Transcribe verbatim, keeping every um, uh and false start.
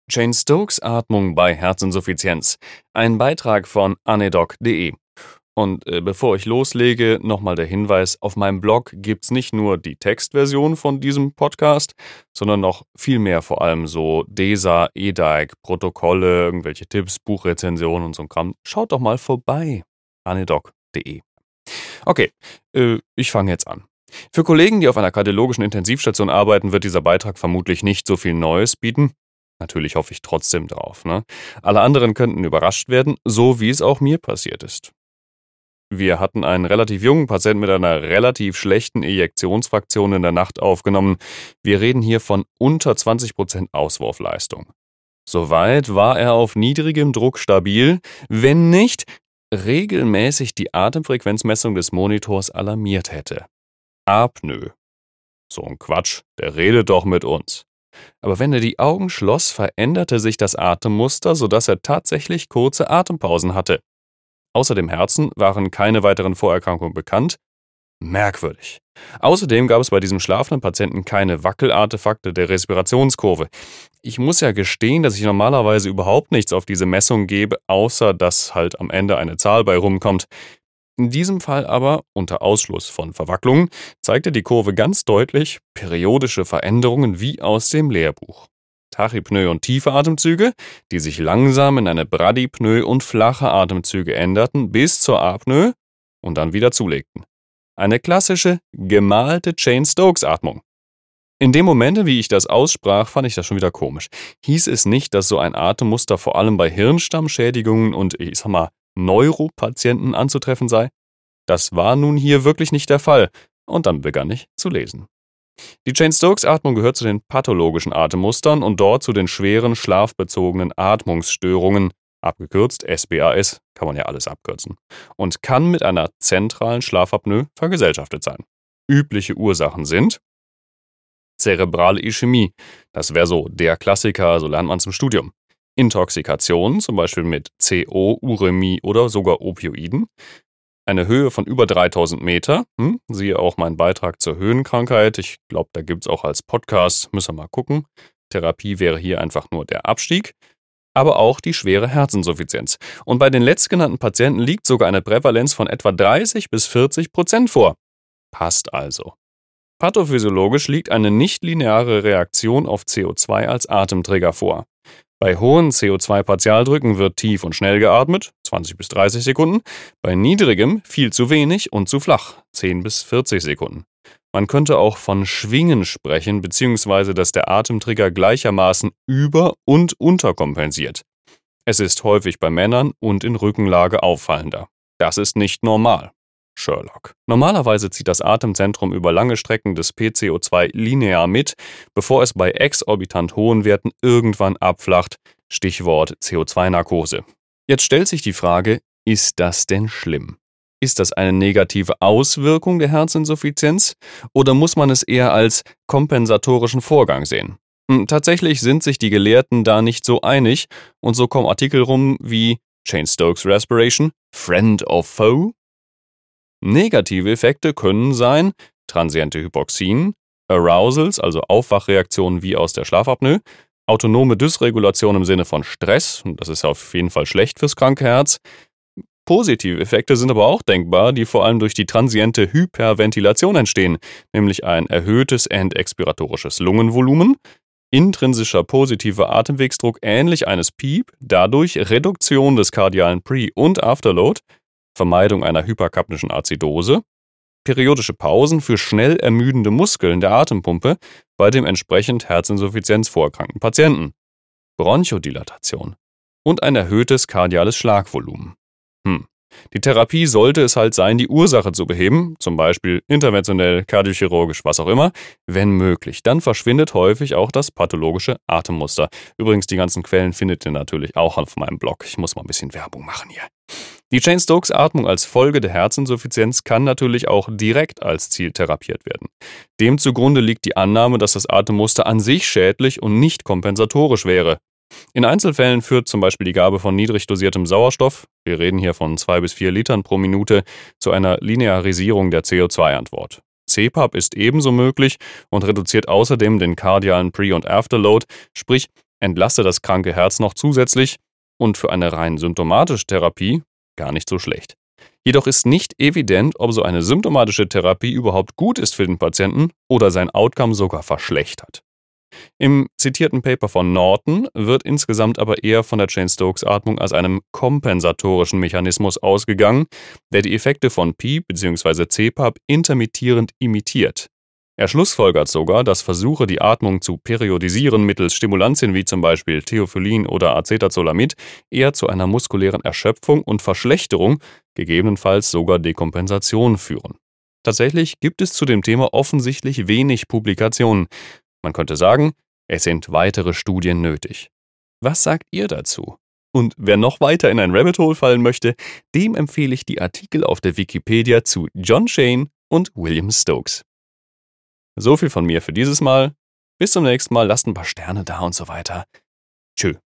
Jane Stokes Atmung bei Herzinsuffizienz. Ein Beitrag von anedoc punkt de. Und äh, bevor ich loslege, nochmal der Hinweis, auf meinem Blog gibt's nicht nur die Textversion von diesem Podcast, sondern noch viel mehr, vor allem so D E S A, E D A I C, Protokolle, irgendwelche Tipps, Buchrezensionen und so ein Kram. Schaut doch mal vorbei. anedoc punkt de. Okay, äh, ich fange jetzt an. Für Kollegen, die auf einer kardiologischen Intensivstation arbeiten, wird dieser Beitrag vermutlich nicht so viel Neues bieten. Natürlich hoffe ich trotzdem drauf, ne? Alle anderen könnten überrascht werden, so wie es auch mir passiert ist. Wir hatten einen relativ jungen Patienten mit einer relativ schlechten Ejektionsfraktion in der Nacht aufgenommen. Wir reden hier von unter zwanzig Prozent Auswurfleistung. Soweit war er auf niedrigem Druck stabil, wenn nicht regelmäßig die Atemfrequenzmessung des Monitors alarmiert hätte. Apnoe. So ein Quatsch, der redet doch mit uns. Aber wenn er die Augen schloss, veränderte sich das Atemmuster, sodass er tatsächlich kurze Atempausen hatte. Außer dem Herzen waren keine weiteren Vorerkrankungen bekannt. Merkwürdig. Außerdem gab es bei diesem schlafenden Patienten keine Wackelartefakte der Respirationskurve. Ich muss ja gestehen, dass ich normalerweise überhaupt nichts auf diese Messung gebe, außer dass halt am Ende eine Zahl bei rumkommt. In diesem Fall aber, unter Ausschluss von Verwacklungen, zeigte die Kurve ganz deutlich periodische Veränderungen wie aus dem Lehrbuch. Tachypnoe und tiefe Atemzüge, die sich langsam in eine Bradypnoe und flache Atemzüge änderten bis zur Apnoe und dann wieder zulegten. Eine klassische, gemalte Jane-Stokes-Atmung. In dem Moment, wie ich das aussprach, fand ich das schon wieder komisch. Hieß es nicht, dass so ein Atemmuster vor allem bei Hirnstammschädigungen und, ich sag mal, Neuropatienten anzutreffen sei? Das war nun hier wirklich nicht der Fall. Und dann begann ich zu lesen. Die Jane-Stokes-Atmung gehört zu den pathologischen Atemmustern und dort zu den schweren schlafbezogenen Atmungsstörungen, abgekürzt S B A S, kann man ja alles abkürzen, und kann mit einer zentralen Schlafapnoe vergesellschaftet sein. Übliche Ursachen sind zerebrale Ischämie, das wäre so der Klassiker, so lernt man es im Studium. Intoxikation, zum Beispiel mit C O, Uremie oder sogar Opioiden. Eine Höhe von über dreitausend Meter, hm, siehe auch meinen Beitrag zur Höhenkrankheit. Ich glaube, da gibt es auch als Podcast, müssen wir mal gucken. Therapie wäre hier einfach nur der Abstieg. Aber auch die schwere Herzinsuffizienz. Und bei den letztgenannten Patienten liegt sogar eine Prävalenz von etwa dreißig bis vierzig Prozent vor. Passt also. Pathophysiologisch liegt eine nichtlineare Reaktion auf C O zwei als Atemtrigger vor. Bei hohen C O zwei Partialdrücken wird tief und schnell geatmet, zwanzig bis dreißig Sekunden, bei niedrigem viel zu wenig und zu flach, zehn bis vierzig Sekunden. Man könnte auch von Schwingen sprechen, beziehungsweise dass der Atemtrigger gleichermaßen über- und unterkompensiert. Es ist häufig bei Männern und in Rückenlage auffallender. Das ist nicht normal. Sherlock. Normalerweise zieht das Atemzentrum über lange Strecken des P C O zwei linear mit, bevor es bei exorbitant hohen Werten irgendwann abflacht. Stichwort C O zwei Narkose. Jetzt stellt sich die Frage, ist das denn schlimm? Ist das eine negative Auswirkung der Herzinsuffizienz oder muss man es eher als kompensatorischen Vorgang sehen? Tatsächlich sind sich die Gelehrten da nicht so einig und so kommen Artikel rum wie Jane Stokes Respiration, Friend of Foe? Negative Effekte können sein transiente Hypoxien, Arousals, also Aufwachreaktionen wie aus der Schlafapnoe, autonome Dysregulation im Sinne von Stress, und das ist auf jeden Fall schlecht fürs kranke Herz. Positive Effekte sind aber auch denkbar, die vor allem durch die transiente Hyperventilation entstehen, nämlich ein erhöhtes endexpiratorisches Lungenvolumen, intrinsischer positiver Atemwegsdruck ähnlich eines PEEP, dadurch Reduktion des kardialen Pre- und Afterload, Vermeidung einer hyperkapnischen Azidose, periodische Pausen für schnell ermüdende Muskeln der Atempumpe bei dem entsprechend Herzinsuffizienz vorerkrankten Patienten, Bronchodilatation und ein erhöhtes kardiales Schlagvolumen. Hm. Die Therapie sollte es halt sein, die Ursache zu beheben, zum Beispiel interventionell, kardiochirurgisch, was auch immer, wenn möglich. Dann verschwindet häufig auch das pathologische Atemmuster. Übrigens, die ganzen Quellen findet ihr natürlich auch auf meinem Blog. Ich muss mal ein bisschen Werbung machen hier. Die Jane-Stokes-Atmung als Folge der Herzinsuffizienz kann natürlich auch direkt als Ziel therapiert werden. Dem zugrunde liegt die Annahme, dass das Atemmuster an sich schädlich und nicht kompensatorisch wäre. In Einzelfällen führt zum Beispiel die Gabe von niedrig dosiertem Sauerstoff, wir reden hier von zwei bis vier Litern pro Minute, zu einer Linearisierung der C O zwei Antwort. C PAP ist ebenso möglich und reduziert außerdem den kardialen Pre- und Afterload, sprich entlaste das kranke Herz noch zusätzlich und für eine rein symptomatische Therapie gar nicht so schlecht. Jedoch ist nicht evident, ob so eine symptomatische Therapie überhaupt gut ist für den Patienten oder sein Outcome sogar verschlechtert. Im zitierten Paper von Norton wird insgesamt aber eher von der Cheyne-Stokes-Atmung als einem kompensatorischen Mechanismus ausgegangen, der die Effekte von P bzw. C PAP intermittierend imitiert. Er schlussfolgert sogar, dass Versuche, die Atmung zu periodisieren mittels Stimulantien wie zum Beispiel Theophyllin oder Acetazolamid, eher zu einer muskulären Erschöpfung und Verschlechterung, gegebenenfalls sogar Dekompensation führen. Tatsächlich gibt es zu dem Thema offensichtlich wenig Publikationen. Man könnte sagen, es sind weitere Studien nötig. Was sagt ihr dazu? Und wer noch weiter in ein Rabbit Hole fallen möchte, dem empfehle ich die Artikel auf der Wikipedia zu John Cheyne und William Stokes. So viel von mir für dieses Mal. Bis zum nächsten Mal, lasst ein paar Sterne da und so weiter. Tschö.